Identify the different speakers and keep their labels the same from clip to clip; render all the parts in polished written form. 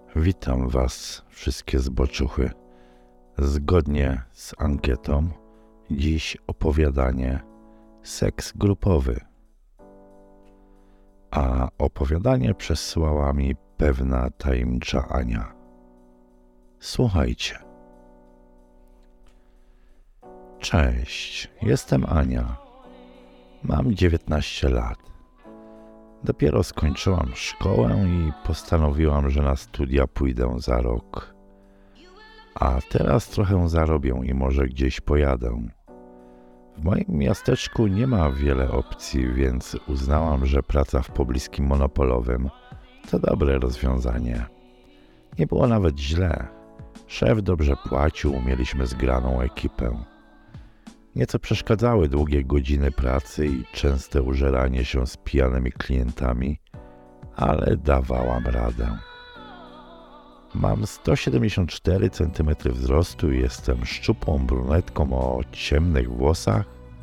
Speaker 1: Witam Was, wszystkie zboczuchy. Zgodnie z ankietą, dziś opowiadanie seks grupowy. A opowiadanie przesłała mi pewna tajemnicza Ania. Słuchajcie. Cześć, jestem Ania. Mam 19 lat. Dopiero skończyłam szkołę i postanowiłam, że na studia pójdę za rok. A teraz trochę zarobię i może gdzieś pojadę. W moim miasteczku nie ma wiele opcji, więc uznałam, że praca w pobliskim monopolowym to dobre rozwiązanie. Nie było nawet źle. Szef dobrze płacił, mieliśmy zgraną ekipę. Nieco przeszkadzały długie godziny pracy i częste użeranie się z pijanymi klientami, ale dawałam radę. Mam 174 cm wzrostu i jestem szczupłą brunetką o ciemnych włosach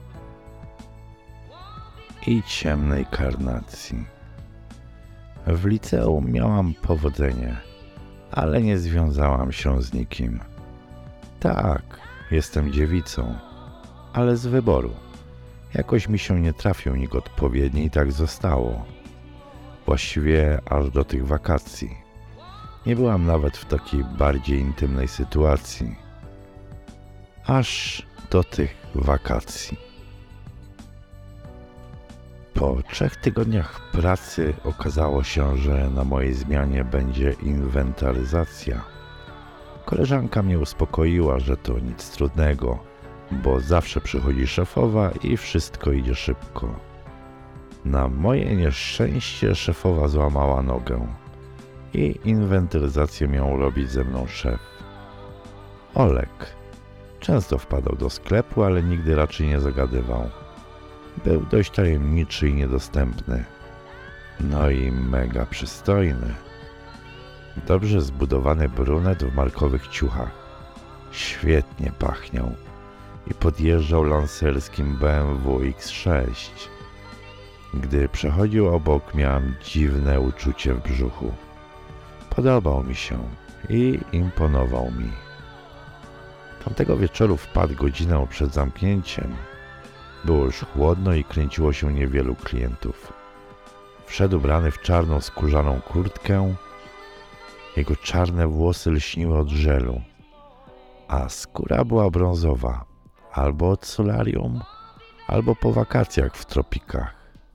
Speaker 1: i ciemnej karnacji. W liceum miałam powodzenie, ale nie związałam się z nikim. Tak, jestem dziewicą, ale z wyboru. Jakoś mi się nie trafił nikt odpowiedni i tak zostało. Właściwie aż do tych wakacji. Nie byłam nawet w takiej bardziej intymnej sytuacji. Aż do tych wakacji. Po 3 tygodniach pracy okazało się, że na mojej zmianie będzie inwentaryzacja. Koleżanka mnie uspokoiła, że to nic trudnego, bo zawsze przychodzi szefowa i wszystko idzie szybko. Na moje nieszczęście szefowa złamała nogę i inwentaryzację miał robić ze mną szef. Olek. Często wpadał do sklepu, ale nigdy raczej nie zagadywał. Był dość tajemniczy i niedostępny. No i mega przystojny. Dobrze zbudowany brunet w markowych ciuchach. Świetnie pachniał i podjeżdżał lancerskim BMW X6. Gdy przechodził obok, miałem dziwne uczucie w brzuchu. Podobał mi się i imponował mi. Tamtego wieczoru wpadł godzinę przed zamknięciem. Było już chłodno i kręciło się niewielu klientów. Wszedł ubrany w czarną skórzaną kurtkę. Jego czarne włosy lśniły od żelu, a skóra była brązowa. Albo od solarium, albo po wakacjach w tropikach.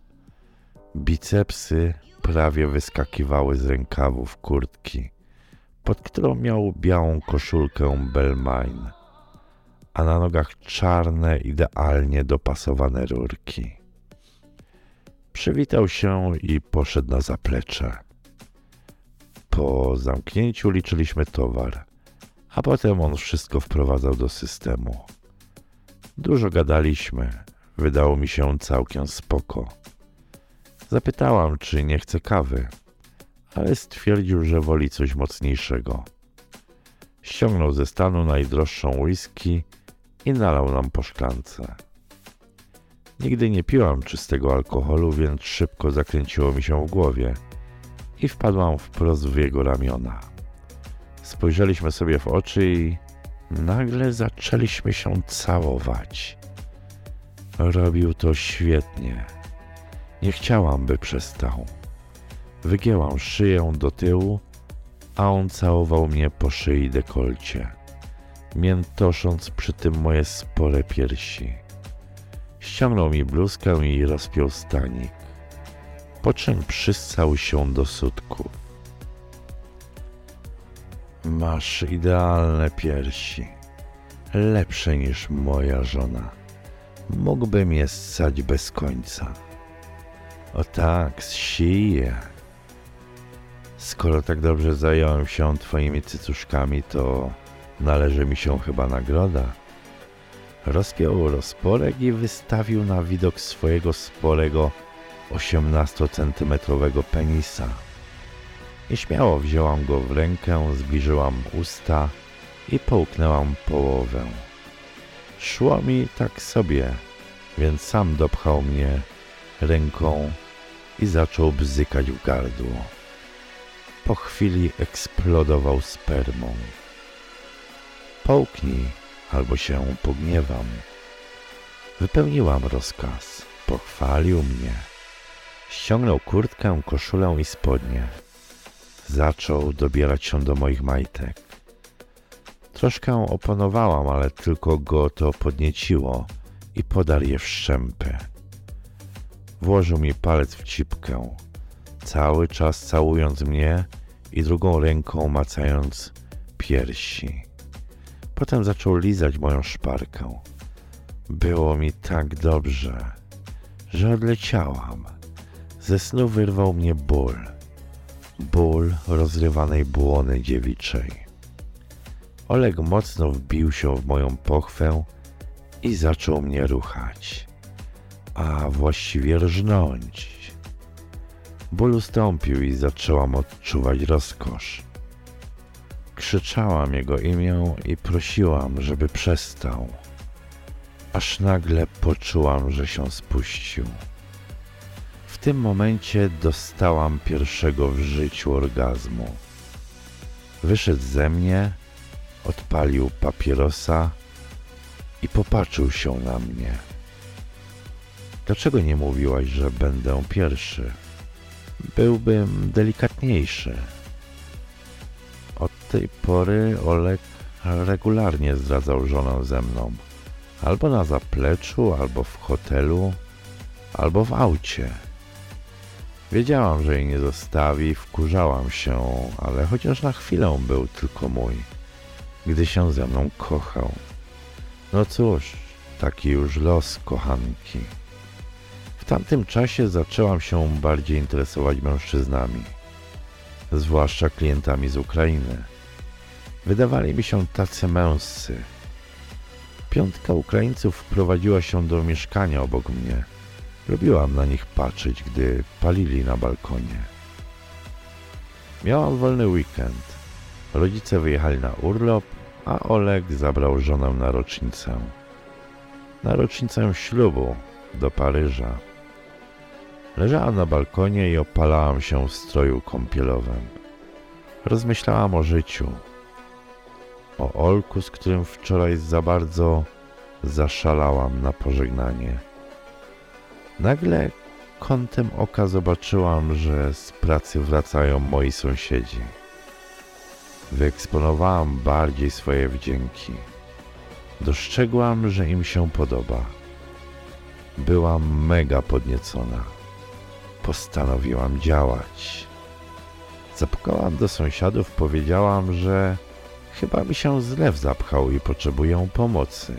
Speaker 1: Bicepsy prawie wyskakiwały z rękawów kurtki, pod którą miał białą koszulkę Balmain, a na nogach czarne, idealnie dopasowane rurki. Przywitał się i poszedł na zaplecze. Po zamknięciu liczyliśmy towar, a potem on wszystko wprowadzał do systemu. Dużo gadaliśmy. Wydało mi się całkiem spoko. Zapytałam, czy nie chce kawy, ale stwierdził, że woli coś mocniejszego. Ściągnął ze stanu najdroższą whisky i nalał nam po szklance. Nigdy nie piłam czystego alkoholu, więc szybko zakręciło mi się w głowie i wpadłam wprost w jego ramiona. Spojrzeliśmy sobie w oczy i nagle zaczęliśmy się całować. Robił to świetnie. Nie chciałam, by przestał. Wygięłam szyję do tyłu, a on całował mnie po szyi i dekolcie, miętosząc przy tym moje spore piersi. Ściągnął mi bluzkę i rozpiął stanik, po czym przyssał się do sutków. Masz idealne piersi, lepsze niż moja żona. Mógłbym je ssać bez końca. O tak, zsiję. Skoro tak dobrze zająłem się twoimi cycuszkami, to należy mi się chyba nagroda. Rozpiął rozporek i wystawił na widok swojego sporego 18-centymetrowego penisa. Nieśmiało wzięłam go w rękę, zbliżyłam usta i połknęłam połowę. Szło mi tak sobie, więc sam dopchał mnie ręką i zaczął bzykać w gardło. Po chwili eksplodował spermą. Połknij, albo się pogniewam. Wypełniłam rozkaz. Pochwalił mnie. Ściągnął kurtkę, koszulę i spodnie. Zaczął dobierać się do moich majtek. Troszkę opanowałam, ale tylko go to podnieciło i podarł je w szczępy. Włożył mi palec w cipkę, cały czas całując mnie i drugą ręką macając piersi. Potem zaczął lizać moją szparkę. Było mi tak dobrze, że odleciałam. Ze snu wyrwał mnie ból. Ból rozrywanej błony dziewiczej. Oleg mocno wbił się w moją pochwę i zaczął mnie ruchać, a właściwie rżnąć. Ból ustąpił i zaczęłam odczuwać rozkosz. Krzyczałam jego imię i prosiłam, żeby przestał, aż nagle poczułam, że się spuścił. W tym momencie dostałam pierwszego w życiu orgazmu. Wyszedł ze mnie, odpalił papierosa i popatrzył się na mnie. Dlaczego nie mówiłaś, że będę pierwszy? Byłbym delikatniejszy. Od tej pory Oleg regularnie zdradzał żonę ze mną. Albo na zapleczu, albo w hotelu, albo w aucie. Wiedziałam, że jej nie zostawi, wkurzałam się, ale chociaż na chwilę był tylko mój, gdy się ze mną kochał. No cóż, taki już los kochanki. W tamtym czasie zaczęłam się bardziej interesować mężczyznami, zwłaszcza klientami z Ukrainy. Wydawali mi się tacy męscy. 5 Ukraińców wprowadziła się do mieszkania obok mnie. Lubiłam na nich patrzeć, gdy palili na balkonie. Miałam wolny weekend. Rodzice wyjechali na urlop, a Oleg zabrał żonę na rocznicę. Na rocznicę ślubu do Paryża. Leżałam na balkonie i opalałam się w stroju kąpielowym. Rozmyślałam o życiu. O Olku, z którym wczoraj za bardzo zaszalałam na pożegnanie. Nagle kątem oka zobaczyłam, że z pracy wracają moi sąsiedzi. Wyeksponowałam bardziej swoje wdzięki. Dostrzegłam, że im się podoba. Byłam mega podniecona. Postanowiłam działać. Zapukałam do sąsiadów, powiedziałam, że chyba mi się zlew zapchał i potrzebuję pomocy.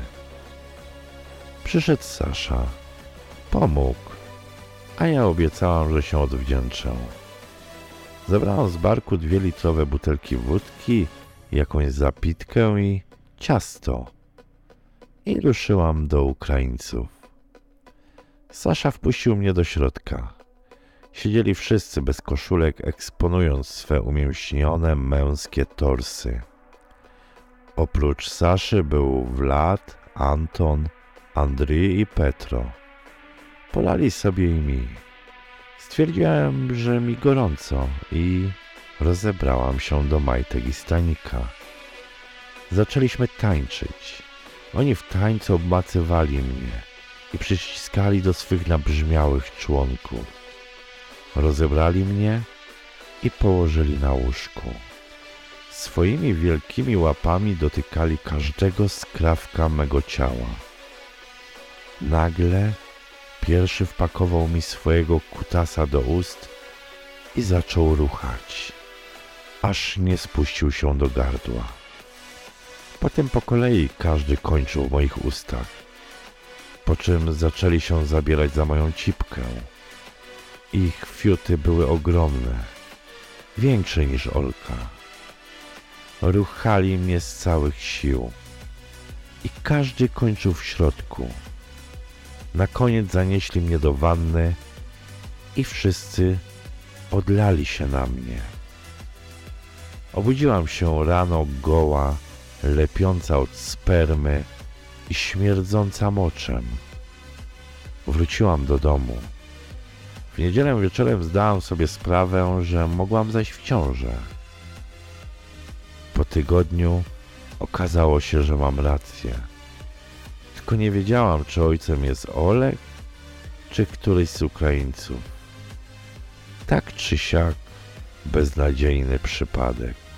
Speaker 1: Przyszedł Sasza. Pomógł, a ja obiecałam, że się odwdzięczę. Zabrałam z barku 2-litrowe butelki wódki, jakąś zapitkę i ciasto. I ruszyłam do Ukraińców. Sasza wpuścił mnie do środka. Siedzieli wszyscy bez koszulek, eksponując swe umięśnione męskie torsy. Oprócz Saszy był Vlad, Anton, Andrii i Petro. Polali sobie i mi. Stwierdziłem, że mi gorąco i rozebrałam się do majtek i stanika. Zaczęliśmy tańczyć. Oni w tańcu obmacywali mnie i przyciskali do swych nabrzmiałych członków. Rozebrali mnie i położyli na łóżku. Swoimi wielkimi łapami dotykali każdego skrawka mego ciała. Nagle pierwszy wpakował mi swojego kutasa do ust i zaczął ruchać, aż nie spuścił się do gardła. Potem po kolei każdy kończył w moich ustach, po czym zaczęli się zabierać za moją cipkę. Ich fiuty były ogromne, większe niż Olka. Ruchali mnie z całych sił i każdy kończył w środku. Na koniec zanieśli mnie do wanny i wszyscy odlali się na mnie. Obudziłam się rano goła, lepiąca od spermy i śmierdząca moczem. Wróciłam do domu. W niedzielę wieczorem zdałam sobie sprawę, że mogłam zajść w ciążę. Po tygodniu okazało się, że mam rację. Tylko nie wiedziałam, czy ojcem jest Oleg, czy któryś z Ukraińców. Tak czy siak, beznadziejny przypadek.